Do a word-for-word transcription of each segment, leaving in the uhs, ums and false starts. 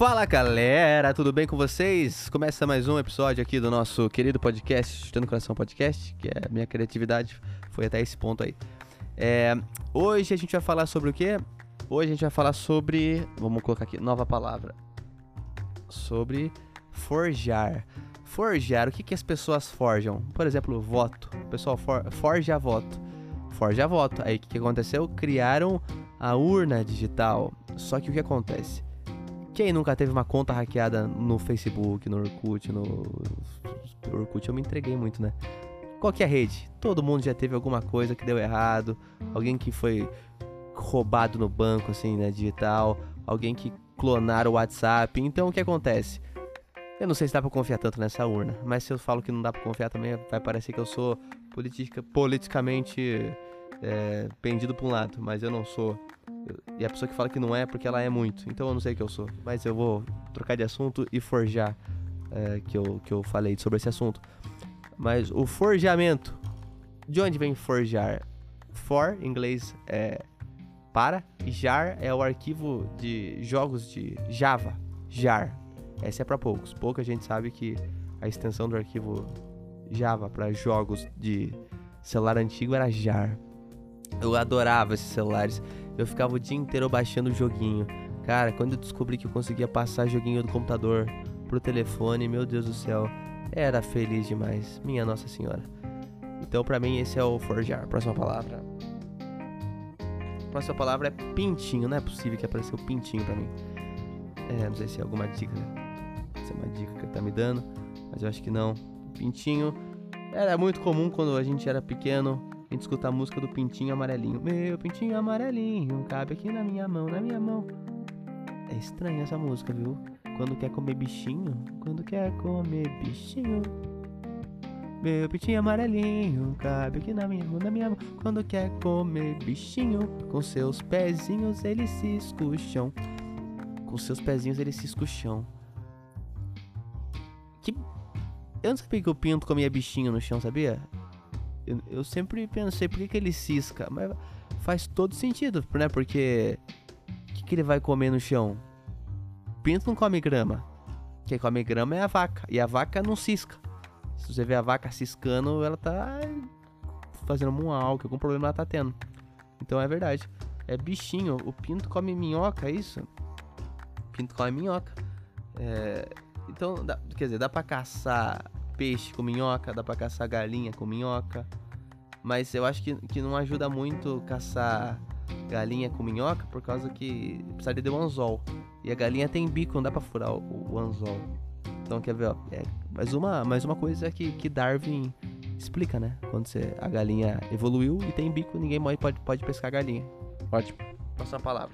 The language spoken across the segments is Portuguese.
Fala galera, tudo bem com vocês? Começa mais um episódio aqui do nosso querido podcast, Chutando Coração Podcast, que é a minha criatividade foi até esse ponto aí. É, hoje a gente vai falar sobre o quê? Hoje a gente vai falar sobre, vamos colocar aqui, nova palavra, sobre forjar. Forjar, o que, que as pessoas forjam? Por exemplo, voto, o pessoal for, forja voto, forja voto. Aí o que, que aconteceu? Criaram a urna digital, só que o que acontece? Quem nunca teve uma conta hackeada no Facebook, no Orkut, no... no Orkut eu me entreguei muito, né? Qualquer rede, todo mundo já teve alguma coisa que deu errado, alguém que foi roubado no banco, assim, né, digital, alguém que clonaram o WhatsApp. Então o que acontece? Eu não sei se dá pra confiar tanto nessa urna, mas se eu falo que não dá pra confiar também, vai parecer que eu sou politica, politicamente é, pendido pra um lado, mas eu não sou. E a pessoa que fala que não é, porque ela é muito. Então eu não sei o que eu sou. Mas eu vou trocar de assunto e forjar é, que, eu, que eu falei sobre esse assunto. Mas o forjamento. De onde vem forjar? For, em inglês, é para. E jar é o arquivo de jogos de Java. Jar. Essa é para poucos. Pouca gente sabe que a extensão do arquivo Java para jogos de celular antigo era jar. Eu adorava esses celulares. Eu ficava o dia inteiro baixando o joguinho. Cara, quando eu descobri que eu conseguia passar joguinho do computador pro telefone, meu Deus do céu, era feliz demais. Minha Nossa Senhora. Então pra mim esse é o forjar. Próxima palavra. Próxima palavra é pintinho. Não é possível que apareceu pintinho pra mim. É, não sei se é alguma dica. Se é uma dica que ele tá me dando, mas eu acho que não. Pintinho era muito comum quando a gente era pequeno. A gente escuta a música do pintinho amarelinho. Meu pintinho amarelinho, cabe aqui na minha mão, na minha mão. É estranha essa música, viu? Quando quer comer bichinho, quando quer comer bichinho. Meu pintinho amarelinho, cabe aqui na minha mão, na minha mão. Quando quer comer bichinho, com seus pezinhos ele se escucham. Com seus pezinhos ele se escucham. Que... Eu não sabia que o pinto comia bichinho no chão, sabia? Eu, eu sempre pensei, por que, que ele cisca? Mas faz todo sentido, né? Porque o que, que ele vai comer no chão? Pinto não come grama. Quem come grama é a vaca. E a vaca não cisca. Se você vê a vaca ciscando, ela tá fazendo mualca, algum problema ela tá tendo. Então é verdade. É bichinho. O pinto come minhoca, é isso? O pinto come minhoca. É... Então, dá, quer dizer, dá pra caçar peixe com minhoca, dá pra caçar galinha com minhoca. Mas eu acho que, que não ajuda muito caçar galinha com minhoca, por causa que precisaria de um anzol. E a galinha tem bico, não dá pra furar o, o anzol. Então quer ver, ó, é mais uma, mais uma coisa que, que Darwin explica, né? Quando você, a galinha evoluiu e tem bico, ninguém mais pode, pode pescar a galinha. Ótimo. Próxima palavra.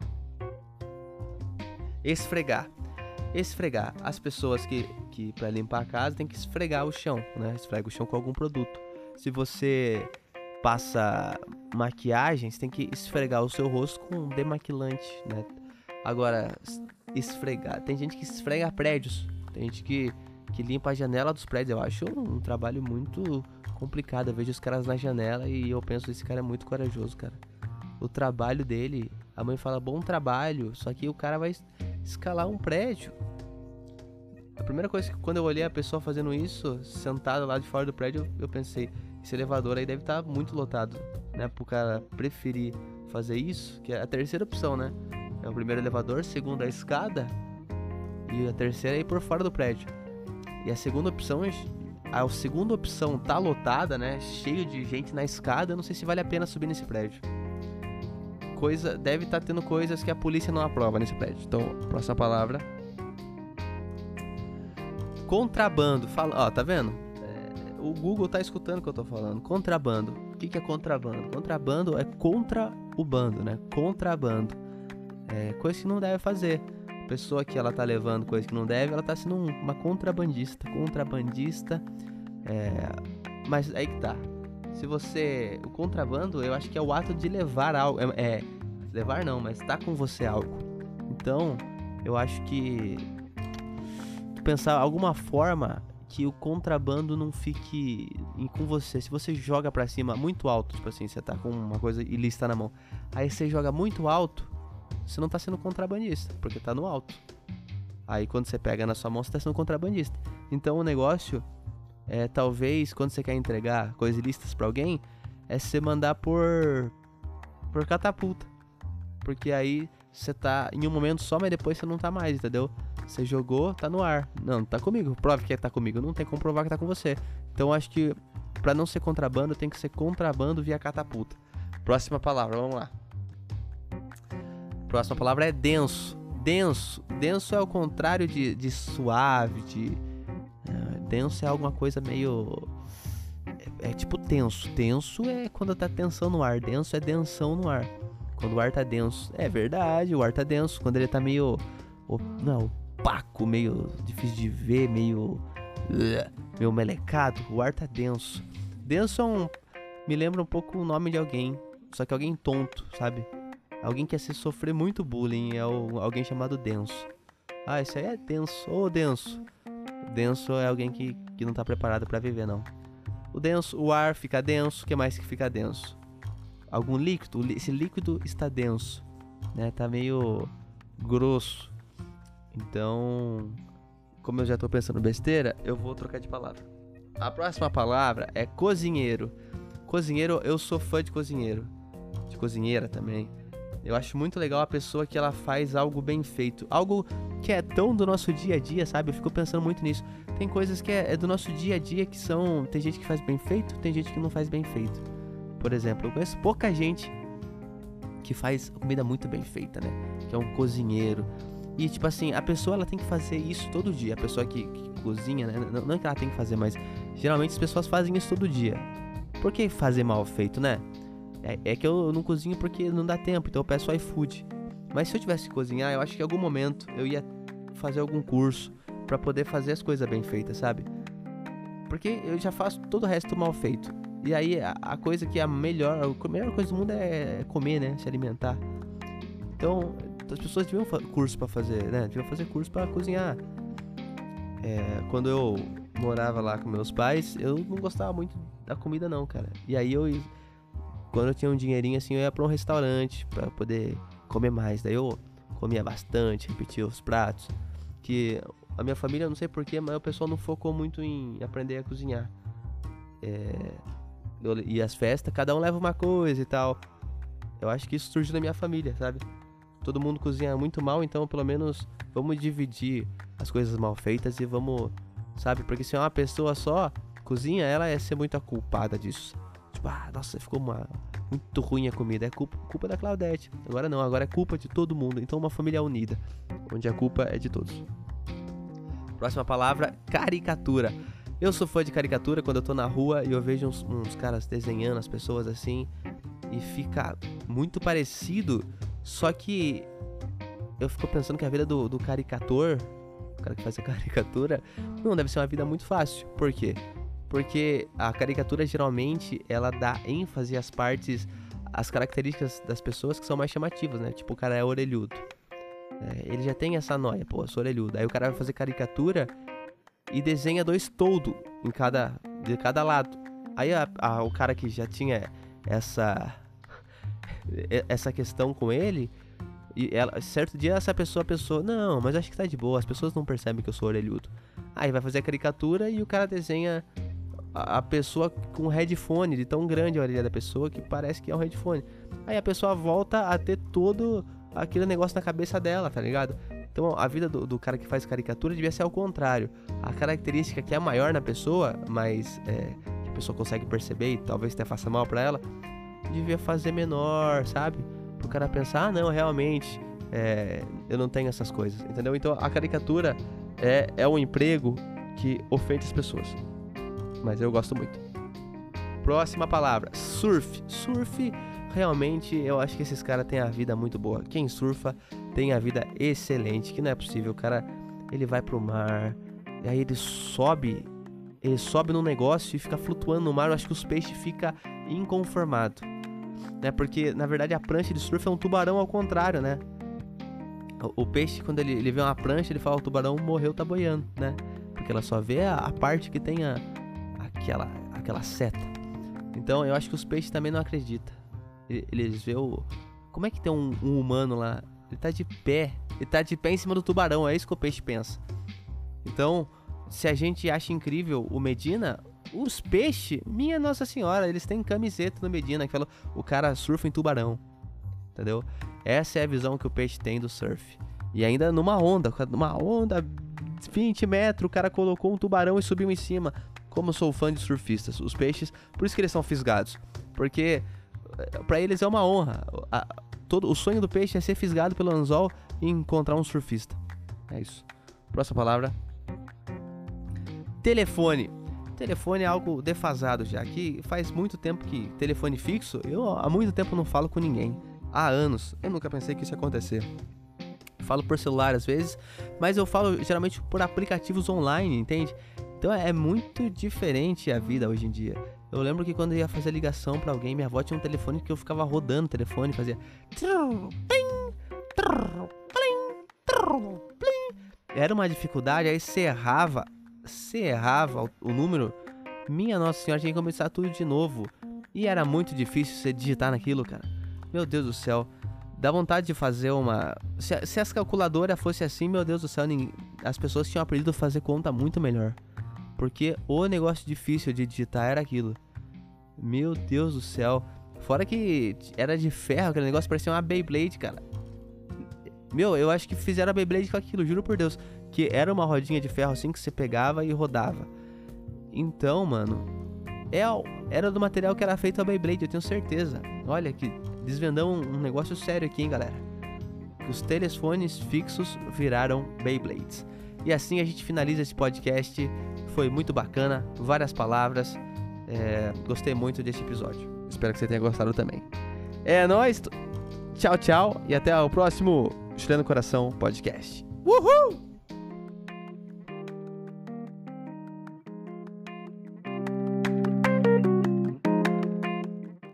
Esfregar. Esfregar. As pessoas que, que para limpar a casa tem que esfregar o chão, né? Esfrega o chão com algum produto. Se você passa maquiagem, você tem que esfregar o seu rosto com um demaquilante, né? Agora, esfregar. Tem gente que esfrega prédios. Tem gente que, que limpa a janela dos prédios. Eu acho um, um trabalho muito complicado. Eu vejo os caras na janela e eu penso, esse cara é muito corajoso, cara. O trabalho dele, a mãe fala, bom trabalho, só que o cara vai escalar um prédio. A primeira coisa que quando eu olhei a pessoa fazendo isso, sentada lá de fora do prédio, eu pensei, esse elevador aí deve estar muito lotado, né? Pro cara preferir fazer isso, que é a terceira opção, né? É o primeiro elevador, segunda a escada e a terceira é ir por fora do prédio. E a segunda opção, a segunda opção tá lotada, né? Cheio de gente na escada, eu não sei se vale a pena subir nesse prédio. Coisa, deve estar tendo coisas que a polícia não aprova nesse prédio. Então, próxima palavra. Contrabando. Fala, ó, tá vendo? É, o Google tá escutando o que eu tô falando. Contrabando. O que, que é contrabando? Contrabando é contra o bando, né? Contrabando. É coisa que não deve fazer. A pessoa que ela tá levando coisa que não deve, ela tá sendo um, uma contrabandista. Contrabandista. É, mas aí que tá. Se você... O contrabando, eu acho que é o ato de levar algo. É, é levar não, mas tá com você algo. Então, eu acho que... pensar alguma forma que o contrabando não fique em, com você. Se você joga pra cima muito alto, tipo assim, você tá com uma coisa ilícita na mão, aí você joga muito alto, você não tá sendo contrabandista, porque tá no alto. Aí quando você pega na sua mão, você tá sendo contrabandista. Então o negócio é, talvez, quando você quer entregar coisas ilícitas pra alguém, é você mandar por, por catapulta. Porque aí você tá em um momento só, mas depois você não tá mais, entendeu? Você jogou, tá no ar. Não, tá comigo. Prove que tá comigo. Não tem como provar que tá com você. Então acho que pra não ser contrabando, tem que ser contrabando via catapulta. Próxima palavra, vamos lá. Próxima palavra é denso. Denso. Denso é o contrário de, de suave, de... Uh, denso é alguma coisa meio... É, é tipo tenso. Tenso é quando tá tensão no ar. Denso é densão no ar. Quando o ar tá denso. É verdade, o ar tá denso. Quando ele tá meio... Oh, não, opaco, meio difícil de ver, meio... Uh, meio melecado. O ar tá denso. Denso é um... Me lembra um pouco o nome de alguém. Só que alguém tonto, sabe? Alguém que ia se sofrer muito bullying. É o, alguém chamado denso. Ah, isso aí é denso. Ô, denso. Denso é alguém que, que não tá preparado pra viver, não. O denso, o ar fica denso. O que mais que fica denso? Algum líquido? Esse líquido está denso, né? Tá meio grosso. Então, como eu já tô pensando besteira, eu vou trocar de palavra. A próxima palavra é cozinheiro. Cozinheiro, eu sou fã de cozinheiro. De cozinheira também. Eu acho muito legal a pessoa que ela faz algo bem feito. Algo que é tão do nosso dia a dia, sabe? Eu fico pensando muito nisso. Tem coisas que é, é do nosso dia a dia que são... Tem gente que faz bem feito, tem gente que não faz bem feito. Por exemplo, eu conheço pouca gente que faz comida muito bem feita, né? Que é um cozinheiro. E tipo assim, a pessoa ela tem que fazer isso todo dia. A pessoa que, que cozinha, né? Não, não é que ela tem que fazer, mas geralmente as pessoas fazem isso todo dia. Por que fazer mal feito, né? É, é que eu não cozinho porque não dá tempo, então eu peço iFood. Mas se eu tivesse que cozinhar, eu acho que em algum momento eu ia fazer algum curso pra poder fazer as coisas bem feitas, sabe? Porque eu já faço todo o resto mal feito. E aí a, a coisa que é a melhor, a melhor coisa do mundo é comer, né? Se alimentar. Então as pessoas deviam fazer curso pra fazer, né? Deviam fazer curso pra cozinhar. É, quando eu morava lá com meus pais, eu não gostava muito da comida não, cara. E aí eu... Quando eu tinha um dinheirinho assim, eu ia pra um restaurante pra poder comer mais. Daí eu comia bastante, repetia os pratos. Que a minha família, eu não sei porquê, mas o pessoal não focou muito em aprender a cozinhar. É... E as festas, cada um leva uma coisa e tal. Eu acho que isso surgiu da minha família, sabe? Todo mundo cozinha muito mal, então pelo menos vamos dividir as coisas mal feitas e vamos, sabe? Porque se é uma pessoa só cozinha, ela ia ser muito a culpada disso. Tipo, ah, nossa, ficou uma... muito ruim a comida. É culpa, culpa da Claudete. Agora não, agora é culpa de todo mundo. Então uma família unida, onde a culpa é de todos. Próxima palavra, caricatura. Eu sou fã de caricatura quando eu tô na rua e eu vejo uns, uns caras desenhando as pessoas assim e fica muito parecido, só que eu fico pensando que a vida do, do caricator, o cara que faz a caricatura, não deve ser uma vida muito fácil. Por quê? Porque a caricatura geralmente ela dá ênfase às partes, às características das pessoas que são mais chamativas, né? Tipo, o cara é orelhudo. É, ele já tem essa noia, pô, eu sou orelhudo. Aí o cara vai fazer caricatura e desenha dois toldos em cada, de cada lado. Aí a, a, o cara que já tinha essa, essa questão com ele, e ela, certo dia essa pessoa pensou, não, mas acho que tá de boa, as pessoas não percebem que eu sou orelhudo. Aí vai fazer a caricatura e o cara desenha a, a pessoa com um headphone, de tão grande a orelha da pessoa que parece que é um headphone. Aí a pessoa volta a ter todo aquele negócio na cabeça dela, tá ligado? Então a vida do, do cara que faz caricatura devia ser ao contrário. A característica que é maior na pessoa, mas é, que a pessoa consegue perceber e talvez até faça mal pra ela, devia fazer menor, sabe? Pro cara pensar, ah não, realmente é, eu não tenho essas coisas, entendeu? Então a caricatura é, é um emprego que ofende as pessoas, mas eu gosto muito. Próxima palavra, surf. Surf, realmente eu acho que esses caras têm a vida muito boa. Quem surfa tem a vida excelente, que não é possível. O cara, ele vai pro mar, e aí ele sobe, ele sobe num negócio e fica flutuando no mar. Eu acho que os peixes ficam inconformados, né? Porque, na verdade, a prancha de surf é um tubarão ao contrário, né? O, o peixe, quando ele, ele vê uma prancha, ele fala, o tubarão morreu, tá boiando, né? Porque ela só vê a, a parte que tem a, aquela, aquela seta. Então, eu acho que os peixes também não acreditam. Eles vê o... Como é que tem um, um humano lá Ele tá de pé. Ele tá de pé em cima do tubarão. É isso que o peixe pensa. Então, se a gente acha incrível o Medina, os peixes, minha Nossa Senhora, eles têm camiseta no Medina que fala, o cara surfa em tubarão. Entendeu? Essa é a visão que o peixe tem do surf. E ainda numa onda, numa onda vinte metros, o cara colocou um tubarão e subiu em cima. Como eu sou fã de surfistas, os peixes, por isso que eles são fisgados. Porque pra eles é uma honra. A, todo, o sonho do peixe é ser fisgado pelo anzol e encontrar um surfista. É isso. Próxima palavra. Telefone. Telefone é algo defasado já, que faz muito tempo que telefone fixo, eu há muito tempo não falo com ninguém. Há anos. Eu nunca pensei que isso ia acontecer. Falo por celular às vezes, mas eu falo geralmente por aplicativos online, entende? Então é muito diferente a vida hoje em dia. Eu lembro que quando eu ia fazer ligação pra alguém, minha avó tinha um telefone que eu ficava rodando o telefone, fazia... Era uma dificuldade, aí você errava, você errava o número, minha Nossa Senhora, tinha que começar tudo de novo. E era muito difícil você digitar naquilo, cara. Meu Deus do céu. Dá vontade de fazer uma... Se, se as calculadoras fossem assim, meu Deus do céu, ninguém... as pessoas tinham aprendido a fazer conta muito melhor. Porque o negócio difícil de digitar era aquilo. Meu Deus do céu. Fora que era de ferro, aquele negócio parecia uma Beyblade, cara. Meu, eu acho que fizeram a Beyblade com aquilo, juro por Deus. Que era uma rodinha de ferro assim que você pegava e rodava. Então, mano, é, era do material que era feito a Beyblade, eu tenho certeza. Olha que desvendamos um, um negócio sério aqui, hein, galera. Os telefones fixos viraram Beyblades. E assim a gente finaliza esse podcast. Foi muito bacana, várias palavras. É, gostei muito desse episódio. Espero que você tenha gostado também. É nóis. Tchau, tchau. E até o próximo Estilhando Coração Podcast. Uhul!